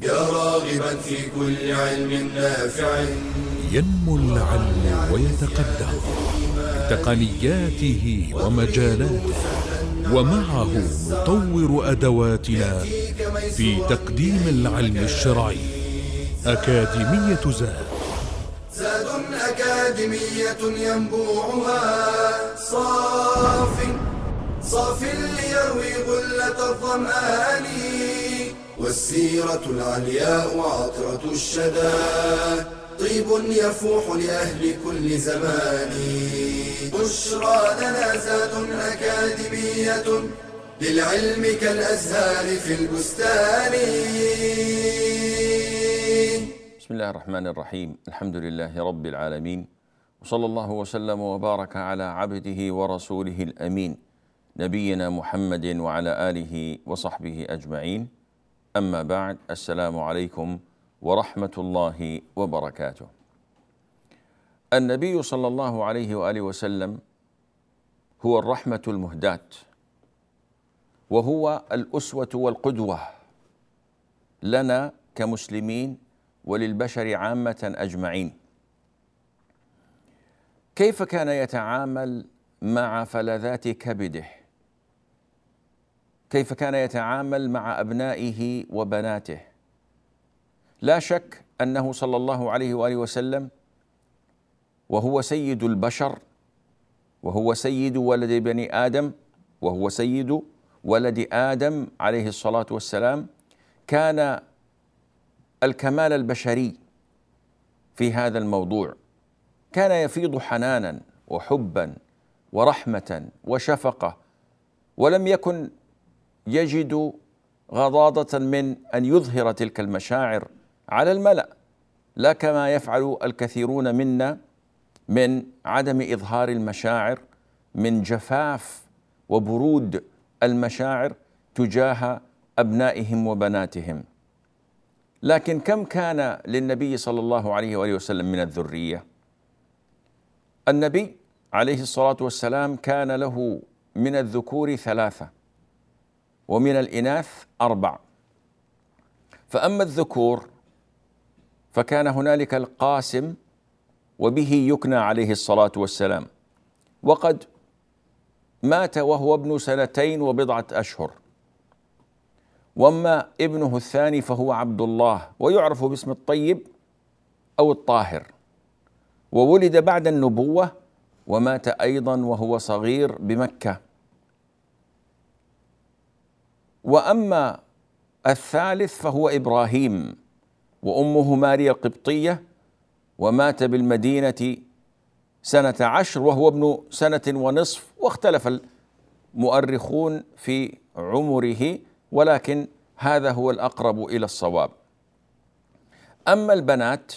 يا راغبا في كل علم نافع. ينمو العلم ويتقدم بتقنياته ومجالاته، ومعه نطور أدواتنا في تقديم العلم الشرعي. أكاديمية زاد أكاديمية ينبوعها صاف ليروي غلة الظمآن، والسيرة العلياء عطرة الشدى طيب يفوح لأهل كل زمان. بشرى لنا زاد أكاديمية للعلم كالأزهار في البستان. بسم الله الرحمن الرحيم. الحمد لله رب العالمين، وصلى الله وسلم وبارك على عبده ورسوله الأمين نبينا محمد وعلى آله وصحبه أجمعين. أما بعد، السلام عليكم ورحمة الله وبركاته. النبي صلى الله عليه وآله وسلم هو الرحمة المهداة، وهو الأسوة والقدوة لنا كمسلمين وللبشر عامة أجمعين. كيف كان يتعامل مع فلذات كبده؟ كيف كان يتعامل مع أبنائه وبناته؟ لا شك أنه صلى الله عليه وآله وسلم وهو سيد البشر، وهو سيد ولد بني آدم، وهو سيد ولد آدم عليه الصلاة والسلام، كان الكمال البشري في هذا الموضوع. كان يفيض حنانا وحبا ورحمة وشفقة، ولم يكن يجد غضاضة من أن يظهر تلك المشاعر على الملأ، لا كما يفعل الكثيرون منا من عدم إظهار المشاعر، من جفاف وبرود المشاعر تجاه أبنائهم وبناتهم. لكن كم كان للنبي صلى الله عليه وآله وسلم من الذرية؟ النبي عليه الصلاة والسلام كان له من الذكور 3 ومن الإناث 4. فأما الذكور فكان هنالك القاسم، وبه يكنى عليه الصلاة والسلام، وقد مات وهو ابن 2 وبضعة أشهر. واما ابنه الثاني فهو عبد الله، ويعرف باسم الطيب أو الطاهر، وولد بعد النبوة، ومات أيضا وهو صغير بمكة. وأما الثالث فهو إبراهيم، وأمه ماريا القبطية، ومات بالمدينة 10 وهو ابن 1.5 واختلف المؤرخون في عمره، ولكن هذا هو الأقرب إلى الصواب. أما البنات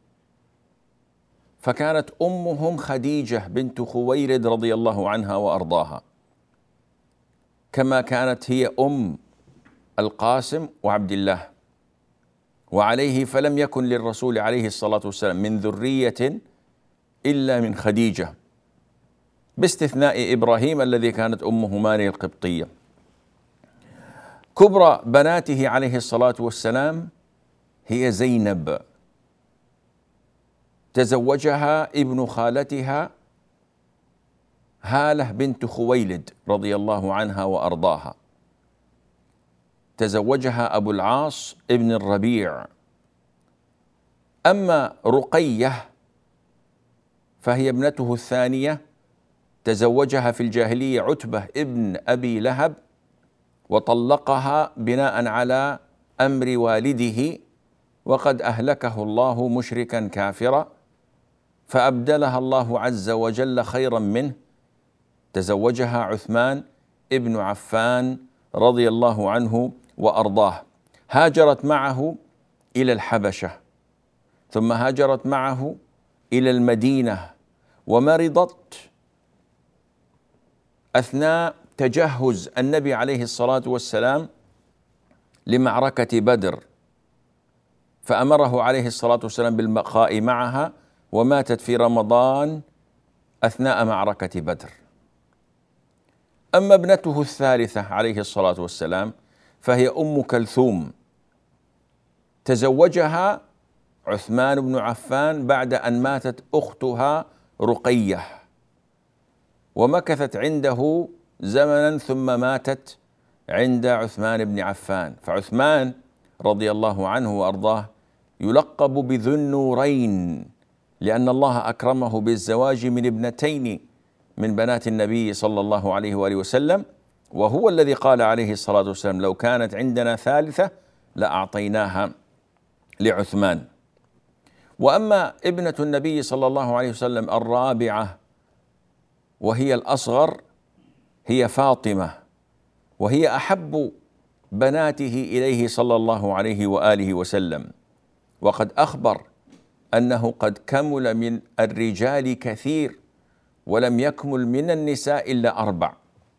فكانت أمهم خديجة بنت خويلد رضي الله عنها وأرضاها، كما كانت هي أم القاسم وعبد الله. وعليه فلم يكن للرسول عليه الصلاة والسلام من ذرية إلا من خديجة، باستثناء إبراهيم الذي كانت أمه ماريا القبطية. كبرى بناته عليه الصلاة والسلام هي زينب، تزوجها ابن خالتها هالة بنت خويلد رضي الله عنها وأرضاها، تزوجها أبو العاص ابن الربيع. أما رقية فهي ابنته الثانية، تزوجها في الجاهلية عتبة ابن أبي لهب، وطلقها بناء على أمر والده، وقد أهلكه الله مشركا كافرا، فأبدلها الله عز وجل خيرا منه، تزوجها عثمان ابن عفان رضي الله عنه وأرضاه. هاجرت معه إلى الحبشة، ثم هاجرت معه إلى المدينة، ومرضت أثناء تجهز النبي عليه الصلاة والسلام لمعركة بدر، فأمره عليه الصلاة والسلام بالبقاء معها، وماتت في رمضان أثناء معركة بدر. أما ابنته الثالثة عليه الصلاة والسلام فهي أم كلثوم، تزوجها عثمان بن عفان بعد أن ماتت أختها رقية، ومكثت عنده زمنا ثم ماتت عند عثمان بن عفان. فعثمان رضي الله عنه وأرضاه يلقب بذو النورين، لأن الله أكرمه بالزواج من ابنتين من بنات النبي صلى الله عليه وآله وسلم، وهو الذي قال عليه الصلاة والسلام: لو كانت عندنا ثالثة لأعطيناها لعثمان. وأما ابنة النبي صلى الله عليه وسلم الرابعة وهي الأصغر هي فاطمة، وهي أحب بناته إليه صلى الله عليه وآله وسلم، وقد أخبر أنه قد كمل من الرجال كثير ولم يكمل من النساء إلا 4،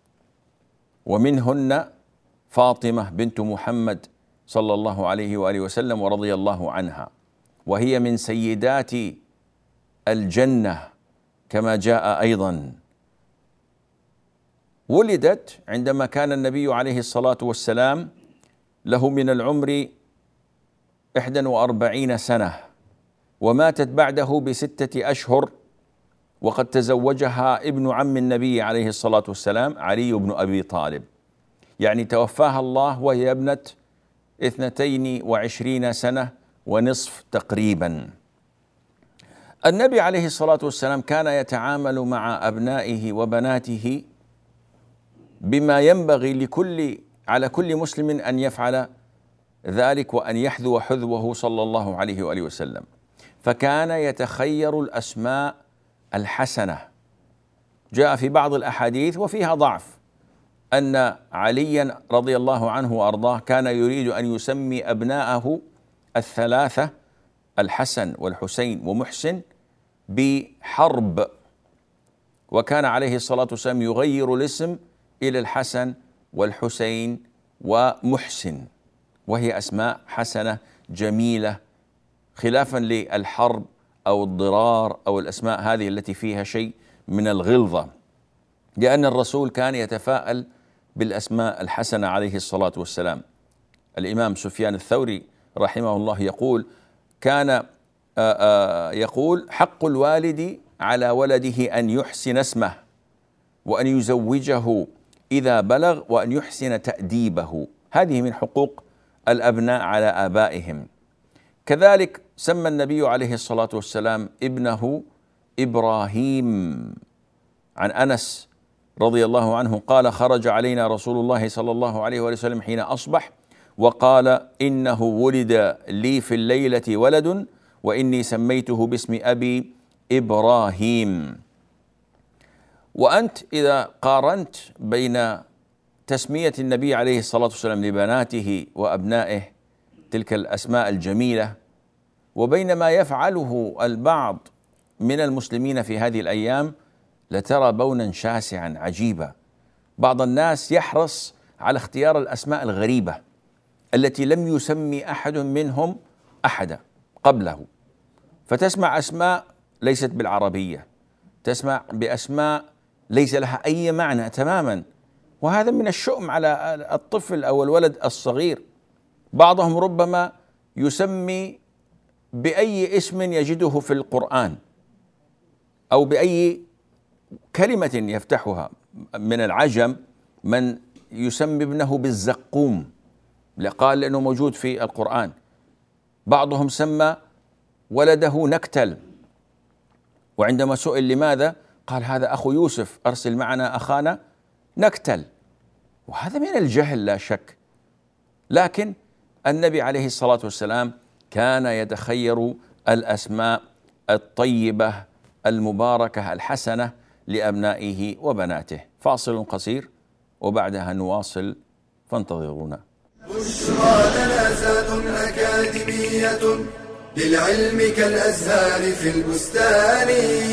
ومنهن فاطمة بنت محمد صلى الله عليه وآله وسلم ورضي الله عنها، وهي من سيدات الجنة كما جاء أيضا. ولدت عندما كان النبي عليه الصلاة والسلام له من العمر 41 سنة، وماتت بعده ب6 أشهر، وقد تزوجها ابن عم النبي عليه الصلاة والسلام علي بن أبي طالب، يعني توفاها الله وهي ابنة 22 سنة ونصف تقريبا. النبي عليه الصلاة والسلام كان يتعامل مع أبنائه وبناته بما ينبغي على كل مسلم أن يفعل ذلك، وأن يحذو حذوه صلى الله عليه وآله وسلم. فكان يتخير الأسماء الحسنة. جاء في بعض الأحاديث وفيها ضعف أن عليا رضي الله عنه وأرضاه كان يريد أن يسمي أبناءه الثلاثة الحسن والحسين ومحسن بحرب، وكان عليه الصلاة والسلام يغير الاسم إلى الحسن والحسين ومحسن، وهي أسماء حسنة جميلة، خلافا للحرب أو الضرار أو الأسماء هذه التي فيها شيء من الغلظة، لأن الرسول كان يتفاءل بالأسماء الحسنة عليه الصلاة والسلام. الإمام سفيان الثوري رحمه الله يقول: كان يقول: حق الوالد على ولده أن يحسن اسمه، وأن يزوجه إذا بلغ، وأن يحسن تأديبه. هذه من حقوق الأبناء على آبائهم. كذلك سمى النبي عليه الصلاة والسلام ابنه إبراهيم، عن أنس رضي الله عنه قال: خرج علينا رسول الله صلى الله عليه وسلم حين أصبح وقال: إنه ولد لي في الليلة ولد وإني سميته باسم أبي إبراهيم. وأنت إذا قارنت بين تسمية النبي عليه الصلاة والسلام لبناته وأبنائه تلك الأسماء الجميلة، وبين ما يفعله البعض من المسلمين في هذه الأيام، لترى بونا شاسعا عجيبا. بعض الناس يحرص على اختيار الأسماء الغريبة التي لم يسمي أحد منهم أحدا قبله، فتسمع أسماء ليست بالعربية، تسمع بأسماء ليس لها أي معنى تماما، وهذا من الشؤم على الطفل أو الولد الصغير. بعضهم ربما يسمي بأي اسم يجده في القرآن أو بأي كلمة يفتحها. من العجم من يسمي ابنه بالزقوم، قال لأنه موجود في القرآن. بعضهم سمى ولده نكتل، وعندما سئل لماذا قال: هذا أخو يوسف، أرسل معنا أخانا نكتل. وهذا من الجهل لا شك، لكن النبي عليه الصلاة والسلام كان يتخير الأسماء الطيبة المباركة الحسنة لأبنائه وبناته. فاصل قصير وبعدها نواصل، فانتظرونا. بشرى لنا زاد أكاديمية للعلم كالأزهار في البستان.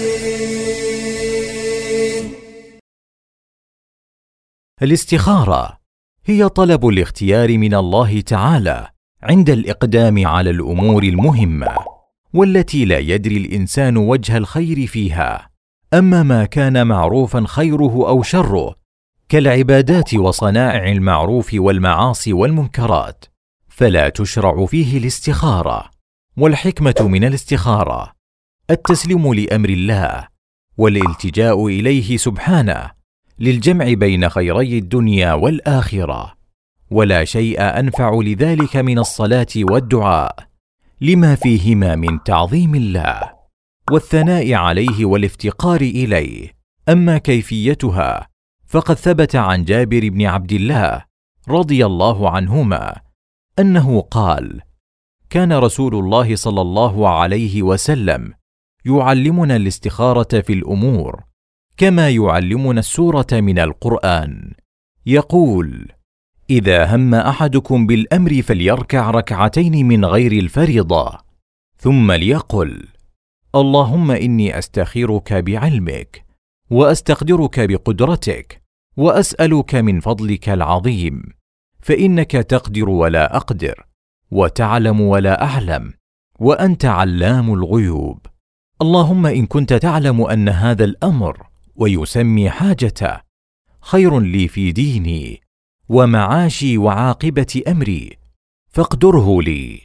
الاستخارة هي طلب الاختيار من الله تعالى عند الإقدام على الأمور المهمة والتي لا يدري الإنسان وجه الخير فيها. أما ما كان معروفا خيره أو شره كالعبادات وصنائع المعروف والمعاصي والمنكرات، فلا تشرع فيه الاستخارة. والحكمة من الاستخارة التسليم لأمر الله والالتجاء إليه سبحانه للجمع بين خيري الدنيا والآخرة، ولا شيء أنفع لذلك من الصلاة والدعاء لما فيهما من تعظيم الله والثناء عليه والافتقار إليه. أما كيفيتها فقد ثبت عن جابر بن عبد الله رضي الله عنهما أنه قال: كان رسول الله صلى الله عليه وسلم يعلمنا الاستخارة في الأمور كما يعلمنا السورة من القرآن، يقول: إذا هم أحدكم بالأمر فليركع ركعتين من غير الفريضة، ثم ليقل: اللهم إني أستخيرك بعلمك وأستقدرك بقدرتك وأسألك من فضلك العظيم، فإنك تقدر ولا أقدر وتعلم ولا أعلم وأنت علام الغيوب. اللهم إن كنت تعلم أن هذا الأمر ويسمي حاجته خير لي في ديني ومعاشي وعاقبة أمري فاقدره لي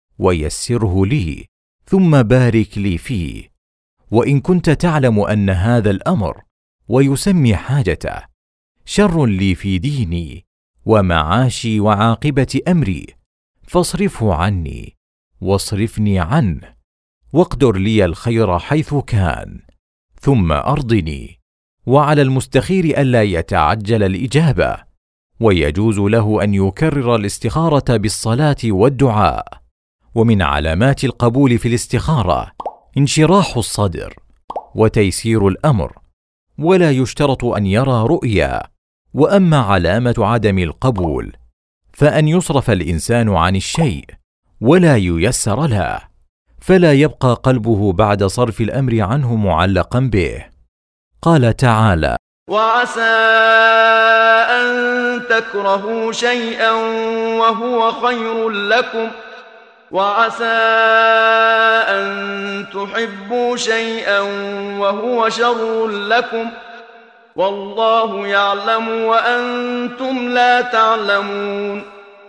ويسره لي ثم بارك لي فيه. وإن كنت تعلم أن هذا الأمر ويسمي حاجته شر لي في ديني ومعاشي وعاقبة أمري فاصرفه عني واصرفني عنه واقدر لي الخير حيث كان ثم أرضني. وعلى المستخير ألا يتعجل الإجابة، ويجوز له أن يكرر الاستخارة بالصلاة والدعاء. ومن علامات القبول في الاستخارة انشراح الصدر وتيسير الأمر، ولا يشترط أن يرى رؤيا. وأما علامة عدم القبول فأن يصرف الإنسان عن الشيء ولا ييسر له، فلا يبقى قلبه بعد صرف الأمر عنه معلقا به. قال تعالى: وعسى أن تكرهوا شيئا وهو خير لكم، وعسى أن تحبوا شيئا وهو شر لكم، والله يعلم وأنتم لا تعلمون.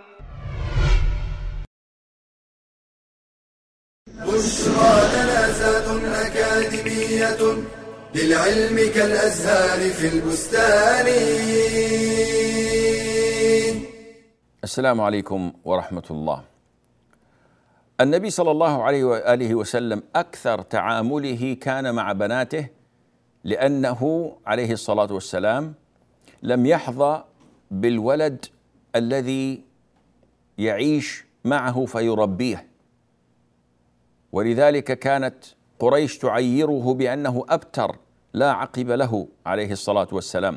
بشرى لنا زاد أكاديمية للعلم كالأزهار في البستان. السلام عليكم ورحمة الله. النبي صلى الله عليه وآله وسلم أكثر تعامله كان مع بناته، لأنه عليه الصلاة والسلام لم يحظى بالولد الذي يعيش معه فيربيه، ولذلك كانت قريش تعيره بأنه أبتر لا عقب له عليه الصلاة والسلام.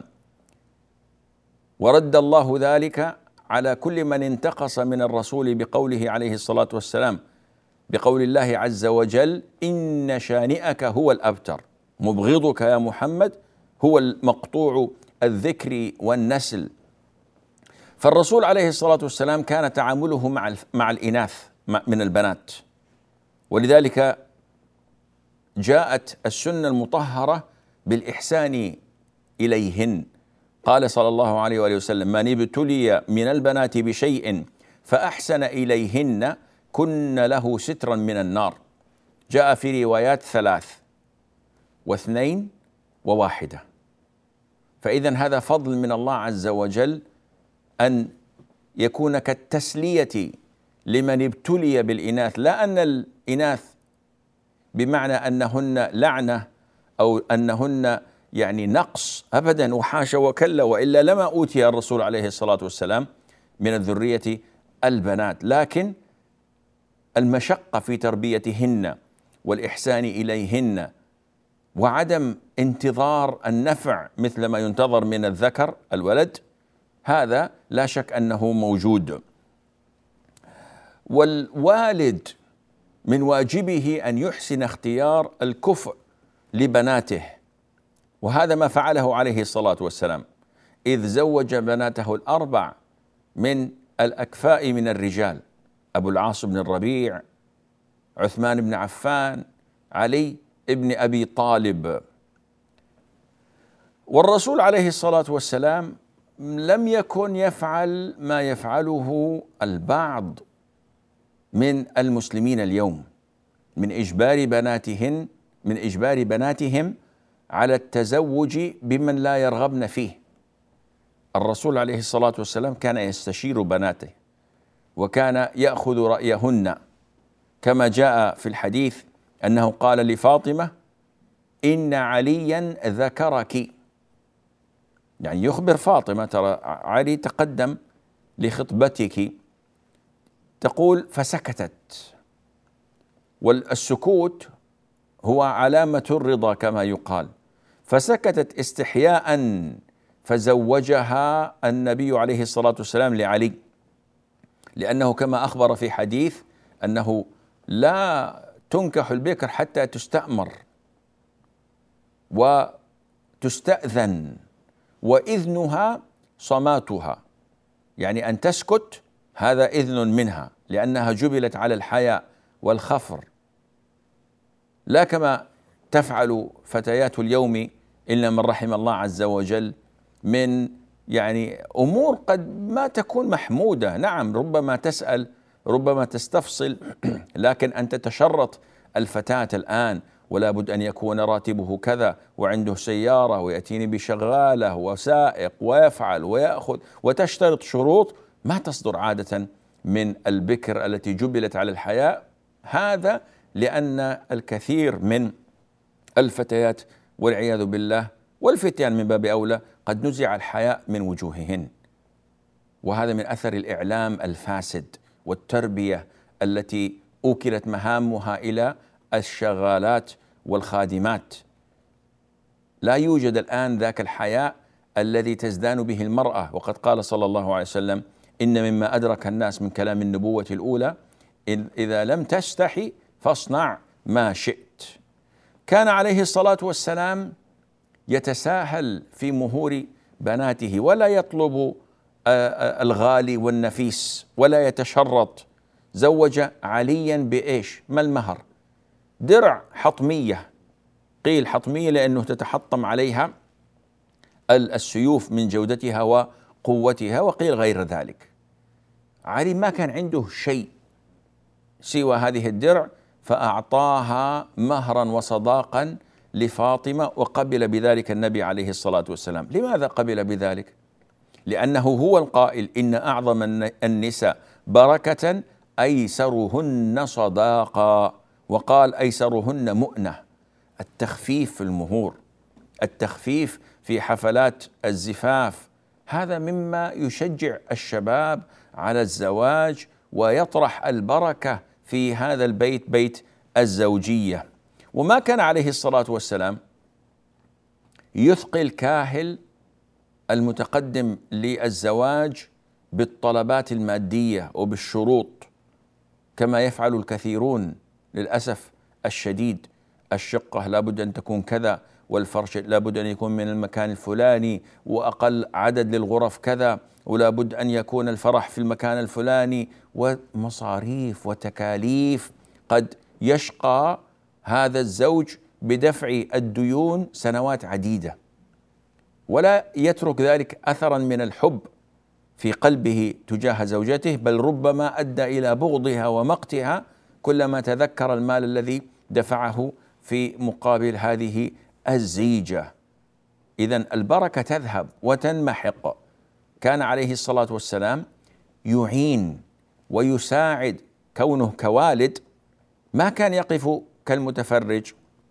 ورد الله ذلك على كل من انتقص من الرسول بقوله عليه الصلاة والسلام، بقول الله عز وجل: إن شانئك هو الأبتر، مبغضك يا محمد هو المقطوع الذكر والنسل. فالرسول عليه الصلاة والسلام كان تعامله مع الإناث من البنات، ولذلك جاءت السنة المطهرة بالإحسان إليهن. قال صلى الله عليه وآله وسلم: من ابتلي من البنات بشيء فأحسن إليهن كن له سترا من النار. جاء في روايات 3 و2 و1. فإذا هذا فضل من الله عز وجل أن يكون كالتسلية لمن ابتلي بالإناث، لا أن الإناث بمعنى أنهن لعنة أو أنهن يعني نقص، أبدا وحاشا وكلا، وإلا لما أوتي الرسول عليه الصلاة والسلام من الذرية البنات. لكن المشقة في تربيتهن والإحسان إليهن وعدم انتظار النفع مثل ما ينتظر من الذكر الولد، هذا لا شك أنه موجود. والوالد من واجبه أن يحسن اختيار الكفء لبناته، وهذا ما فعله عليه الصلاة والسلام، إذ زوج بناته 4 من الأكفاء من الرجال: أبو العاص بن الربيع، عثمان بن عفان، علي ابن أبي طالب. والرسول عليه الصلاة والسلام لم يكن يفعل ما يفعله البعض من المسلمين اليوم من إجبار بناتهم على التزوج بمن لا يرغبن فيه. الرسول عليه الصلاة والسلام كان يستشير بناته وكان يأخذ رأيهن، كما جاء في الحديث أنه قال لفاطمة: إن عليا ذكرك، يعني يخبر فاطمة ترى علي تقدم لخطبتك. تقول: فسكتت، والسكوت هو علامة الرضا كما يقال، فسكتت استحياء، فزوجها النبي عليه الصلاة والسلام لعلي، لأنه كما أخبر في حديث أنه لا تنكح البكر حتى تستأمر وتستأذن، وإذنها صماتها، يعني أن تسكت هذا إذن منها، لأنها جبلت على الحياء والخفر، لا كما تفعل فتيات اليوم إلا من رحم الله عز وجل من يعني أمور قد ما تكون محمودة. نعم، ربما تسأل، ربما تستفصل، لكن أن تتشرط الفتاة الآن ولا بد أن يكون راتبه كذا وعنده سيارة ويأتيني بشغالة وسائق ويفعل ويأخذ، وتشترط شروط ما تصدر عادة من البكر التي جبلت على الحياء. هذا لأن الكثير من الفتيات والعياذ بالله والفتيان من باب أولى قد نزع الحياء من وجوههن، وهذا من أثر الإعلام الفاسد والتربية التي أوكلت مهامها إلى الشغالات والخادمات. لا يوجد الآن ذاك الحياء الذي تزدان به المرأة، وقد قال صلى الله عليه وسلم: إن مما أدرك الناس من كلام النبوة الأولى إذا لم تستحي فاصنع ما شئت. كان عليه الصلاة والسلام يتساهل في مهور بناته، ولا يطلب الغالي والنفيس ولا يتشرط. زوج عليا بإيش؟ ما المهر؟ درع حطمية، قيل حطمية لأنه تتحطم عليها السيوف من جودتها وقوتها، وقيل غير ذلك. علي ما كان عنده شيء سوى هذه الدرع، فأعطاها مهرا وصداقا لفاطمة، وقبل بذلك النبي عليه الصلاة والسلام. لماذا قبل بذلك؟ لأنه هو القائل: إن أعظم النساء بركة أيسرهن صداقا، وقال: أيسرهن مؤنة. التخفيف في المهور، التخفيف في حفلات الزفاف، هذا مما يشجع الشباب على الزواج ويطرح البركة في هذا البيت، بيت الزوجية. وما كان عليه الصلاة والسلام يثقل الكاهل المتقدم للزواج بالطلبات المادية وبالشروط كما يفعل الكثيرون للأسف الشديد. الشقة لابد أن تكون كذا، والفرش لابد أن يكون من المكان الفلاني، وأقل عدد للغرف كذا، ولابد أن يكون الفرح في المكان الفلاني، ومصاريف وتكاليف قد يشقى هذا الزوج بدفع الديون سنوات عديدة، ولا يترك ذلك أثرا من الحب في قلبه تجاه زوجته، بل ربما أدى إلى بغضها ومقتها كلما تذكر المال الذي دفعه في مقابل هذه الزيجة. إذن البركة تذهب وتنمحق. كان عليه الصلاة والسلام يعين ويساعد، كونه كوالد ما كان يقف كالمتفرج.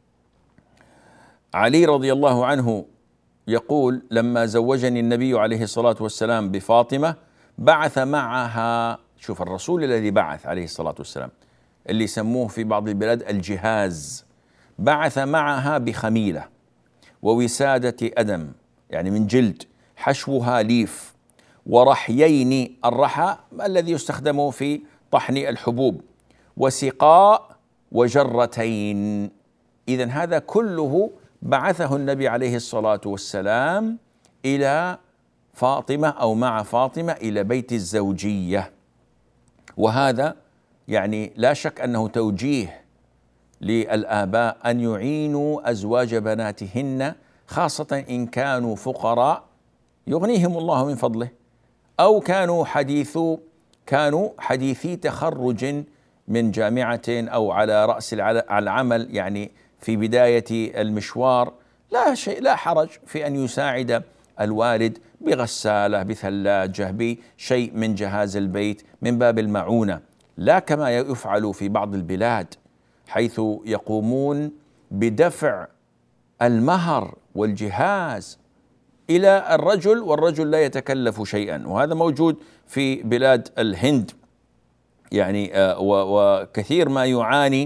علي رضي الله عنه يقول: لما زوجني النبي عليه الصلاة والسلام بفاطمة بعث معها، شوف الرسول الذي بعث عليه الصلاة والسلام، اللي يسموه في بعض البلاد الجهاز، بعث معها بخميلة ووسادة أدم، يعني من جلد، حشوها ليف، ورحيين، الرحى الذي يستخدم في طحن الحبوب، وسقاء، وجرتين. إذن هذا كله بعثه النبي عليه الصلاة والسلام إلى فاطمة أو مع فاطمة إلى بيت الزوجية. وهذا يعني لا شك أنه توجيه للآباء أن يعينوا أزواج بناتهن، خاصة إن كانوا فقراء يغنيهم الله من فضله، أو كانوا حديثي تخرج من جامعة أو على رأس العمل، يعني في بداية المشوار، لا حرج في أن يساعد الوالد بغسالة، بثلاجة، بشيء من جهاز البيت من باب المعونة، لا كما يفعل في بعض البلاد حيث يقومون بدفع المهر والجهاز إلى الرجل والرجل لا يتكلف شيئا. وهذا موجود في بلاد الهند يعني، وكثير ما يعاني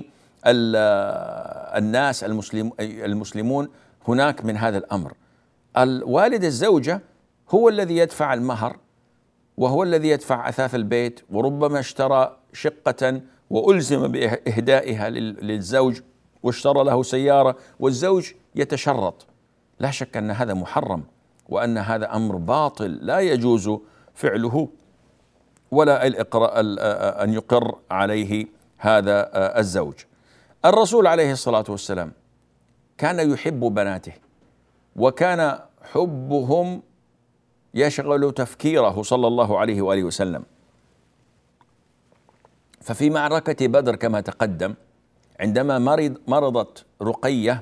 الناس المسلمون هناك من هذا الأمر. الوالد الزوجة هو الذي يدفع المهر، وهو الذي يدفع أثاث البيت، وربما اشترى شقة وألزم بإهدائها للزوج، واشترى له سيارة، والزوج يتشرط. لا شك أن هذا محرم، وأن هذا أمر باطل لا يجوز فعله، ولا أن يقر عليه هذا الزوج. الرسول عليه الصلاة والسلام كان يحب بناته، وكان حبهم يشغل تفكيره صلى الله عليه وآله وسلم. ففي معركة بدر كما تقدم، عندما مرضت رقية،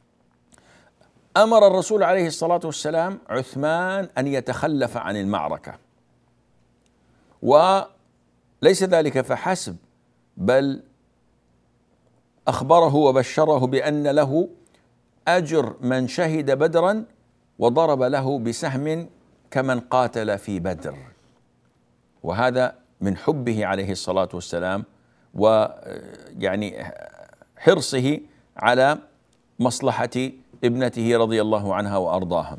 أمر الرسول عليه الصلاة والسلام عثمان أن يتخلف عن المعركة. وليس ذلك فحسب، بل أخبره وبشره بأن له أجر من شهد بدرا وضرب له بسهم كمن قاتل في بدر. وهذا من حبه عليه الصلاة والسلام، ويعني حرصه على مصلحة ابنته رضي الله عنها وأرضاها.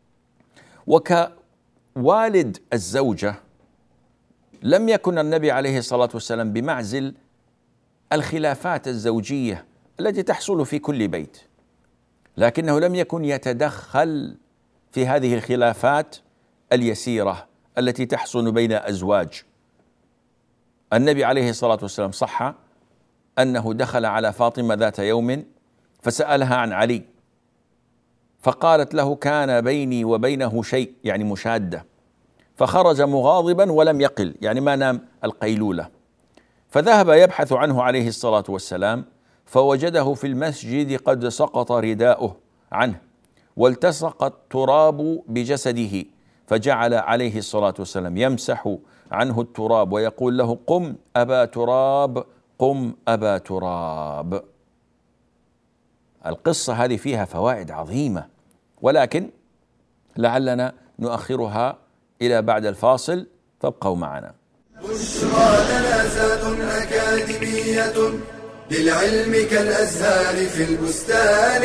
وكوالد الزوجة لم يكن النبي عليه الصلاة والسلام بمعزل الخلافات الزوجية التي تحصل في كل بيت، لكنه لم يكن يتدخل في هذه الخلافات اليسيرة التي تحصل بين أزواج. النبي عليه الصلاة والسلام صح أنه دخل على فاطمة ذات يوم فسألها عن علي، فقالت له: كان بيني وبينه شيء، يعني مشادة، فخرج مغاضبا ولم يقل، يعني ما نام القيلولة. فذهب يبحث عنه عليه الصلاة والسلام، فوجده في المسجد قد سقط رداؤه عنه والتصق التراب بجسده، فجعل عليه الصلاة والسلام يمسح عنه التراب ويقول له: قم أبا تراب، قم أبا تراب. القصة هذه فيها فوائد عظيمة، ولكن لعلنا نؤخرها إلى بعد الفاصل، فابقوا معنا. بشرى لنا زاد أكاديمية للعلم كالأزهار في البستان.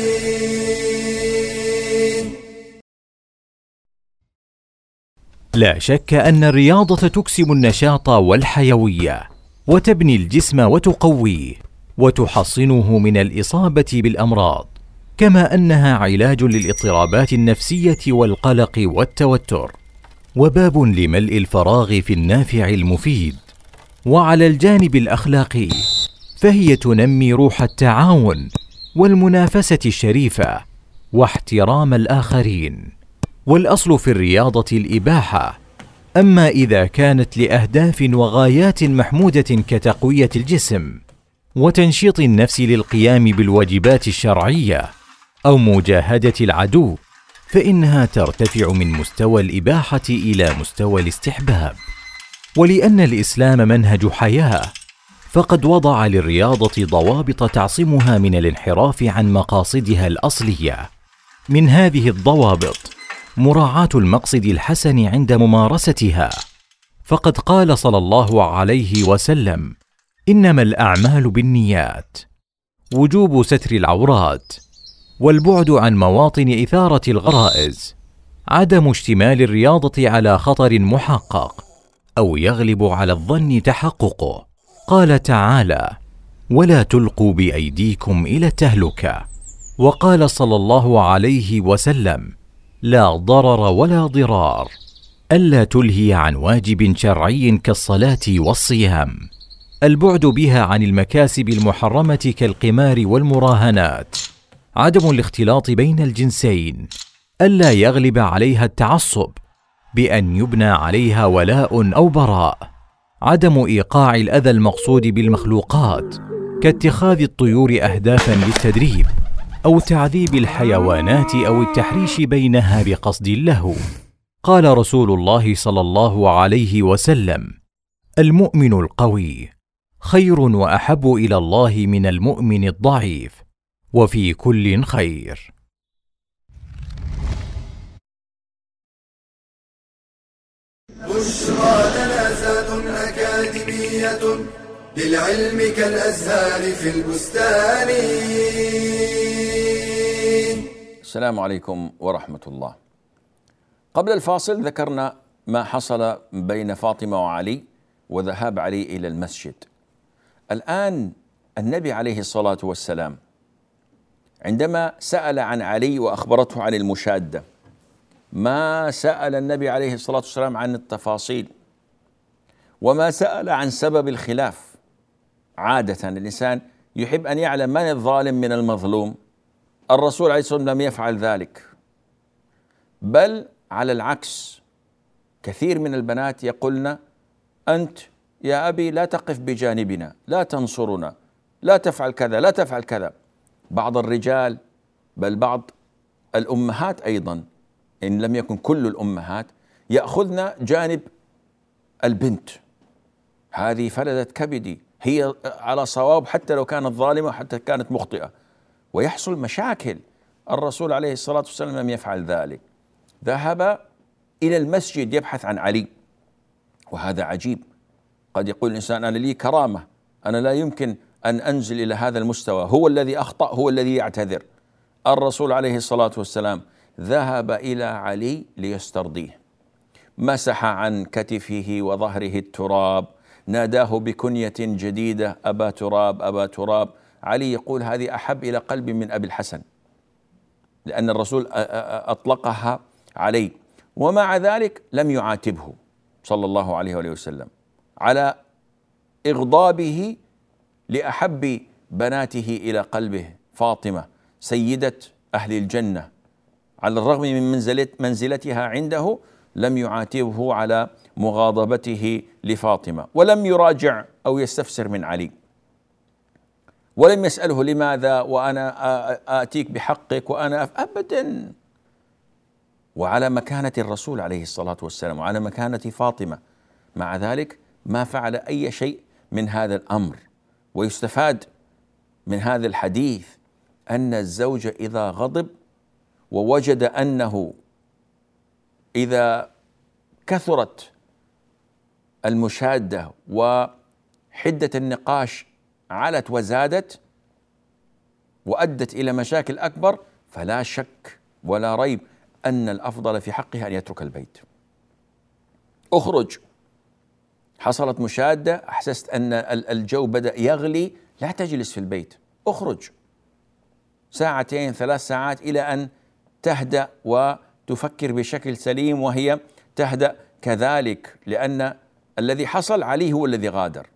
لا شك أن الرياضة تكسب النشاط والحيوية، وتبني الجسم وتقويه، وتحصنه من الإصابة بالأمراض، كما أنها علاج للاضطرابات النفسية والقلق والتوتر، وباب لملء الفراغ في النافع المفيد. وعلى الجانب الأخلاقي فهي تنمي روح التعاون والمنافسة الشريفة واحترام الآخرين، والأصل في الرياضة الإباحة. أما إذا كانت لأهداف وغايات محمودة كتقوية الجسم وتنشيط النفس للقيام بالواجبات الشرعية أو مجاهدة العدو، فإنها ترتفع من مستوى الإباحة إلى مستوى الاستحباب. ولأن الإسلام منهج حياة، فقد وضع للرياضة ضوابط تعصمها من الانحراف عن مقاصدها الأصلية. من هذه الضوابط مراعاة المقصد الحسن عند ممارستها، فقد قال صلى الله عليه وسلم: إنما الأعمال بالنيات، وجوب ستر العورات، والبعد عن مواطن إثارة الغرائز، عدم اشتمال الرياضة على خطر محقق أو يغلب على الظن تحققه. قال تعالى: ولا تلقوا بأيديكم إلى التهلكة. وقال صلى الله عليه وسلم: لا ضرر ولا ضرار، ألا تلهي عن واجب شرعي كالصلاة والصيام، البعد بها عن المكاسب المحرمة كالقمار والمراهنات، عدم الاختلاط بين الجنسين، ألا يغلب عليها التعصب بأن يبنى عليها ولاء أو براء، عدم إيقاع الأذى المقصود بالمخلوقات كاتخاذ الطيور أهدافا للتدريب أو تعذيب الحيوانات أو التحريش بينها بقصد اللهو. قال رسول الله صلى الله عليه وسلم: المؤمن القوي خير وأحب إلى الله من المؤمن الضعيف، وفي كل خير. بشرى لنا زاد أكاديمية للعلم كالأزهار في البستان. السلام عليكم ورحمة الله. قبل الفاصل ذكرنا ما حصل بين فاطمة وعلي وذهاب علي إلى المسجد. الآن النبي عليه الصلاة والسلام عندما سأل عن علي وأخبرته عن المشادة، ما سأل النبي عليه الصلاة والسلام عن التفاصيل، وما سأل عن سبب الخلاف. عادة الإنسان يحب أن يعلم من الظالم من المظلوم. الرسول عليه الصلاة والسلام لم يفعل ذلك، بل على العكس، كثير من البنات يقولن: أنت يا أبي لا تقف بجانبنا، لا تنصرنا، لا تفعل كذا، لا تفعل كذا. بعض الرجال، بل بعض الأمهات أيضا، إن لم يكن كل الأمهات، يأخذن جانب البنت: هذه فلذت كبدي، هي على صواب حتى لو كانت ظالمة، حتى كانت مخطئة، ويحصل مشاكل. الرسول عليه الصلاة والسلام لم يفعل ذلك، ذهب إلى المسجد يبحث عن علي. وهذا عجيب، قد يقول الإنسان: أنا لي كرامة، أنا لا يمكن أن أنزل إلى هذا المستوى، هو الذي أخطأ، هو الذي يعتذر. الرسول عليه الصلاة والسلام ذهب إلى علي ليسترضيه، مسح عن كتفه وظهره التراب، ناداه بكنية جديدة: أبا تراب، أبا تراب. علي يقول: هذه أحب إلى قلبي من أبي الحسن، لأن الرسول أطلقها عليه. ومع ذلك لم يعاتبه صلى الله عليه وآله وسلم على إغضابه لأحب بناته إلى قلبه، فاطمة سيدة أهل الجنة. على الرغم من منزلتها عنده لم يعاتبه على مغاضبته لفاطمة، ولم يراجع أو يستفسر من علي، ولم يسأله: لماذا وأنا آتيك بحقك وأنا أبدا. وعلى مكانة الرسول عليه الصلاة والسلام وعلى مكانة فاطمة، مع ذلك ما فعل أي شيء من هذا الأمر. ويستفاد من هذا الحديث أن الزوج إذا غضب ووجد أنه إذا كثرت المشادة وحدة النقاش علت وزادت وأدت إلى مشاكل أكبر، فلا شك ولا ريب أن الأفضل في حقه أن يترك البيت. أخرج، حصلت مشادة، أحسست أن الجو بدأ يغلي، لا تجلس في البيت، أخرج ساعتين 3 ساعات إلى أن تهدأ وتفكر بشكل سليم، وهي تهدأ كذلك، لأن الذي حصل عليه هو الذي غادر.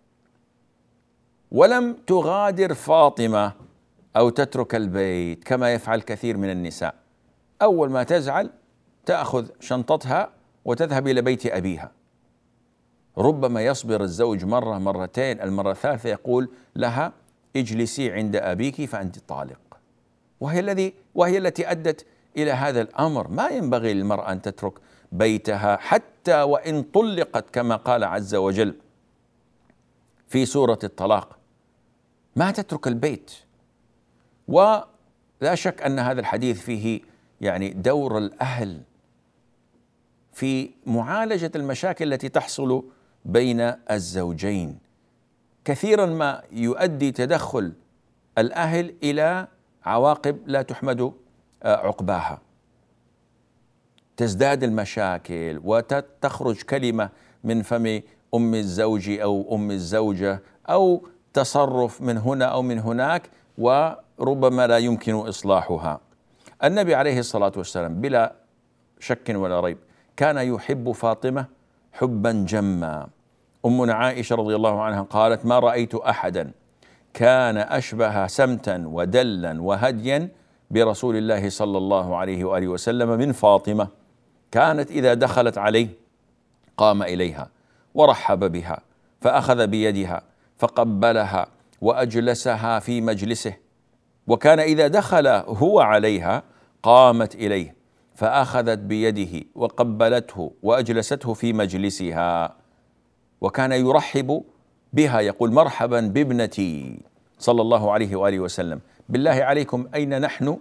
ولم تغادر فاطمة أو تترك البيت كما يفعل كثير من النساء، أول ما تزعل تأخذ شنطتها وتذهب إلى بيت أبيها. ربما يصبر الزوج مرة مرتين، المرة الثالثة يقول لها: اجلسي عند أبيك فأنت طالق. وهي التي أدت إلى هذا الأمر. ما ينبغي للمرأة أن تترك بيتها حتى وإن طلقت، كما قال عز وجل في سورة الطلاق: ما تترك البيت. ولا شك أن هذا الحديث فيه يعني دور الأهل في معالجة المشاكل التي تحصل بين الزوجين. كثيرا ما يؤدي تدخل الأهل إلى عواقب لا تحمد عقباها، تزداد المشاكل وتخرج كلمة من فم أم الزوج أو أم الزوجة، أو تصرف من هنا أو من هناك، وربما لا يمكن إصلاحها. النبي عليه الصلاة والسلام بلا شك ولا ريب كان يحب فاطمة حبا جما. أمنا عائشة رضي الله عنها قالت: ما رأيت أحدا كان أشبه سمتا ودلا وهديا برسول الله صلى الله عليه وآله وسلم من فاطمة. كانت إذا دخلت عليه قام إليها ورحب بها فأخذ بيدها فقبلها وأجلسها في مجلسه، وكان إذا دخل هو عليها قامت إليه فأخذت بيده وقبلته وأجلسته في مجلسها، وكان يرحب بها يقول مرحبا بابنتي صلى الله عليه وآله وسلم. بالله عليكم أين نحن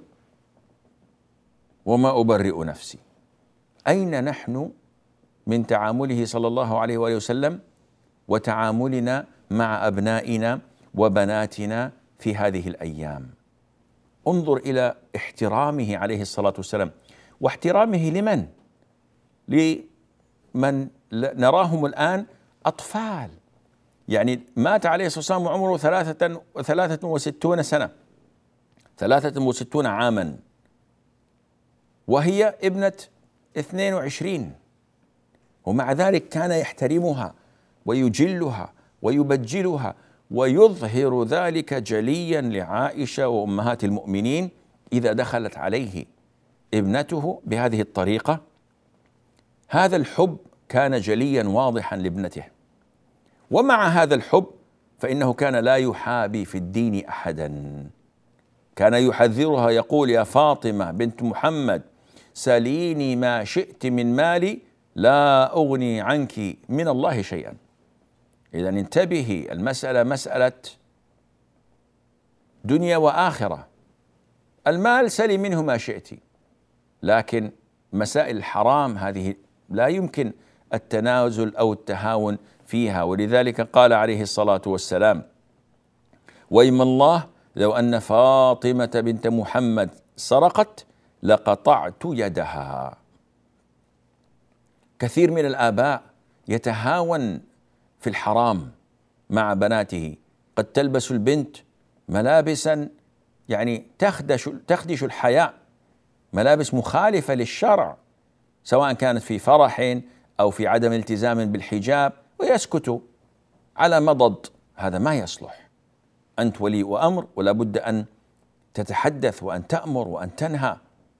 وما أبرئ نفسي؟ أين نحن من تعامله صلى الله عليه وآله وسلم وتعاملنا مع أبنائنا وبناتنا في هذه الأيام؟ انظر إلى احترامه عليه الصلاة والسلام، واحترامه لمن نراهم الآن أطفال. يعني مات عليه الصلاة والسلام وعمره 63 سنة، 63 عاما، وهي ابنة 22، ومع ذلك كان يحترمها ويجلها ويبجلها ويظهر ذلك جليا لعائشة وأمهات المؤمنين إذا دخلت عليه ابنته بهذه الطريقة. هذا الحب كان جليا واضحا لابنته، ومع هذا الحب فإنه كان لا يحابي في الدين أحدا، كان يحذرها يقول يا فاطمة بنت محمد سليني ما شئت من مالي لا أغني عنك من الله شيئا. إذا انتبهي، المسألة مسألة دنيا وآخرة، المال سلي منه ما شئت، لكن مسائل الحرام هذه لا يمكن التنازل أو التهاون فيها. ولذلك قال عليه الصلاة والسلام وإيم الله لو أن فاطمة بنت محمد سرقت لقطعت يدها. كثير من الآباء يتهاون في الحرام مع بناته، قد تلبس البنت ملابسا يعني تخدش الحياء، ملابس مخالفة للشرع، سواء كانت في فرح أو في عدم التزام بالحجاب، ويسكت على مضض. هذا ما يصلح. أنت ولي أمر ولا بد أن تتحدث وأن تأمر وأن تنهى.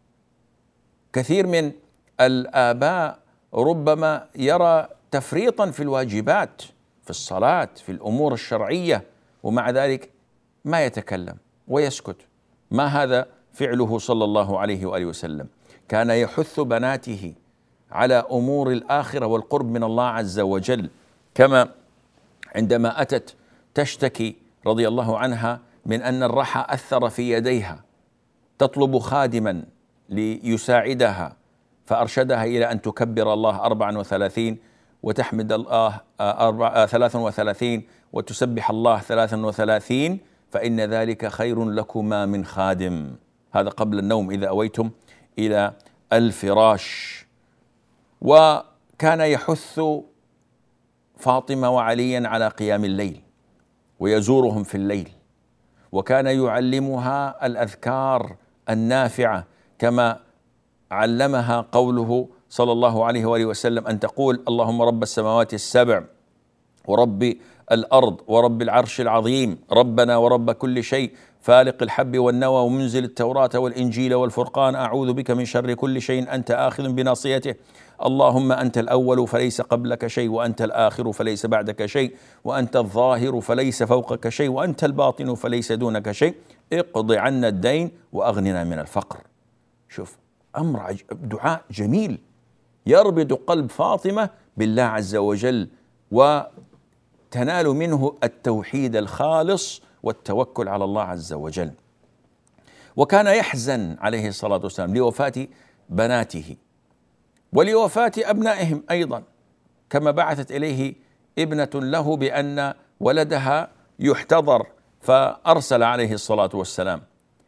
كثير من الآباء ربما يرى تفريطا في الواجبات، في الصلاة، في الأمور الشرعية، ومع ذلك ما يتكلم ويسكت. ما هذا فعله صلى الله عليه وآله وسلم. كان يحث بناته على أمور الآخرة والقرب من الله عز وجل، كما عندما أتت تشتكي رضي الله عنها من أن الرحى أثر في يديها، تطلب خادما ليساعدها، فأرشدها إلى أن تكبر الله 34 وتحمد الله 33 وتسبح الله 33، فإن ذلك خير لكما من خادم. هذا قبل النوم إذا أويتم إلى الفراش. وكان يحث فاطمة وعليا على قيام الليل ويزورهم في الليل، وكان يعلمها الأذكار النافعة كما علمها قوله صلى الله عليه وآله وسلم أن تقول اللهم رب السماوات السبع ورب الأرض ورب العرش العظيم ربنا ورب كل شيء فالق الحب والنوى ومنزل التوراة والإنجيل والفرقان أعوذ بك من شر كل شيء أنت آخذ بناصيته اللهم أنت الأول فليس قبلك شيء وأنت الآخر فليس بعدك شيء وأنت الظاهر فليس فوقك شيء وأنت الباطن فليس دونك شيء اقض عنا الدين وأغننا من الفقر. شوف أمر دعاء جميل يربط قلب فاطمة بالله عز وجل وتنال منه التوحيد الخالص والتوكل على الله عز وجل. وكان يحزن عليه الصلاة والسلام لوفاة بناته ولوفاة أبنائهم أيضا، كما بعثت إليه ابنة له بأن ولدها يحتضر، فأرسل عليه الصلاة والسلام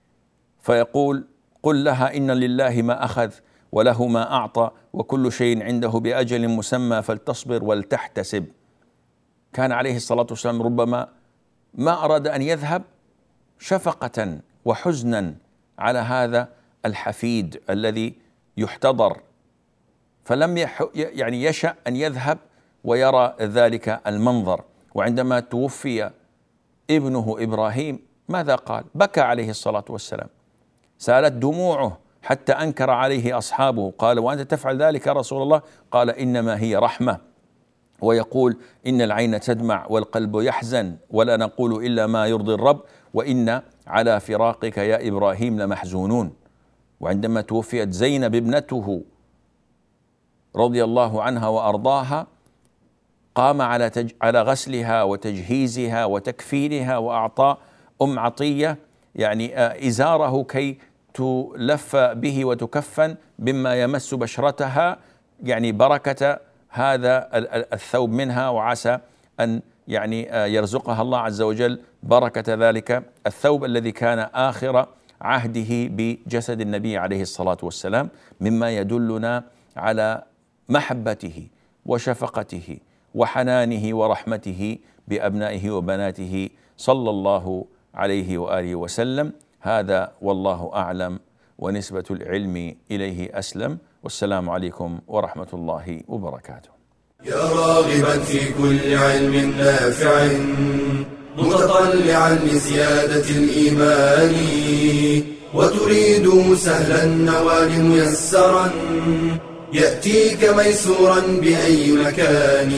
فيقول قل لها إن لله ما أخذ وله ما أعطى وكل شيء عنده بأجل مسمى فلتصبر ولتحتسب. كان عليه الصلاة والسلام ربما ما أراد أن يذهب شفقة وحزنا على هذا الحفيد الذي يحتضر، فلم يشأ أن يذهب ويرى ذلك المنظر. وعندما توفي ابنه إبراهيم ماذا قال؟ بكى عليه الصلاة والسلام، سالت دموعه حتى أنكر عليه أصحابه، قال وأنت تفعل ذلك يا رسول الله؟ قال إنما هي رحمة ويقول إن العين تدمع والقلب يحزن ولا نقول إلا ما يرضي الرب وإن على فراقك يا إبراهيم لمحزونون. وعندما توفيت زينب ابنته رضي الله عنها وأرضاها قام على غسلها وتجهيزها وتكفينها، وأعطى أم عطية يعني إزاره كي تلف به وتكفن بما يمس بشرتها، يعني بركة هذا الثوب منها، وعسى أن يعني يرزقها الله عز وجل بركة ذلك الثوب الذي كان آخر عهده بجسد النبي عليه الصلاة والسلام، مما يدلنا على محبته وشفقته وحنانه ورحمته بأبنائه وبناته صلى الله عليه وآله وسلم. هذا والله أعلم، ونسبة العلم إليه أسلم. والسلام عليكم ورحمة الله وبركاته. يا راغبا في كل علم نافع متطلعا لزيادة الإيمان، وتريد سهلا النوال ميسرا يأتيك ميسورا بأي مكان.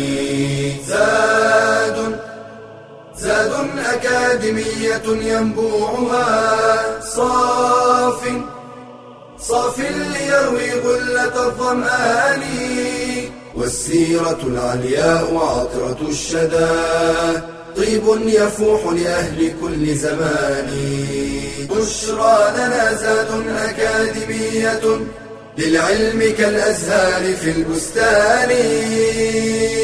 زاد أكاديمية ينبوعها صاف ليروي غلة الظمآن، والسيرة العلياء عطرة الشدى طيب يفوح لأهل كل زمان. بشرى لنا زاد أكاديمية للعلم كالأزهار في البستان.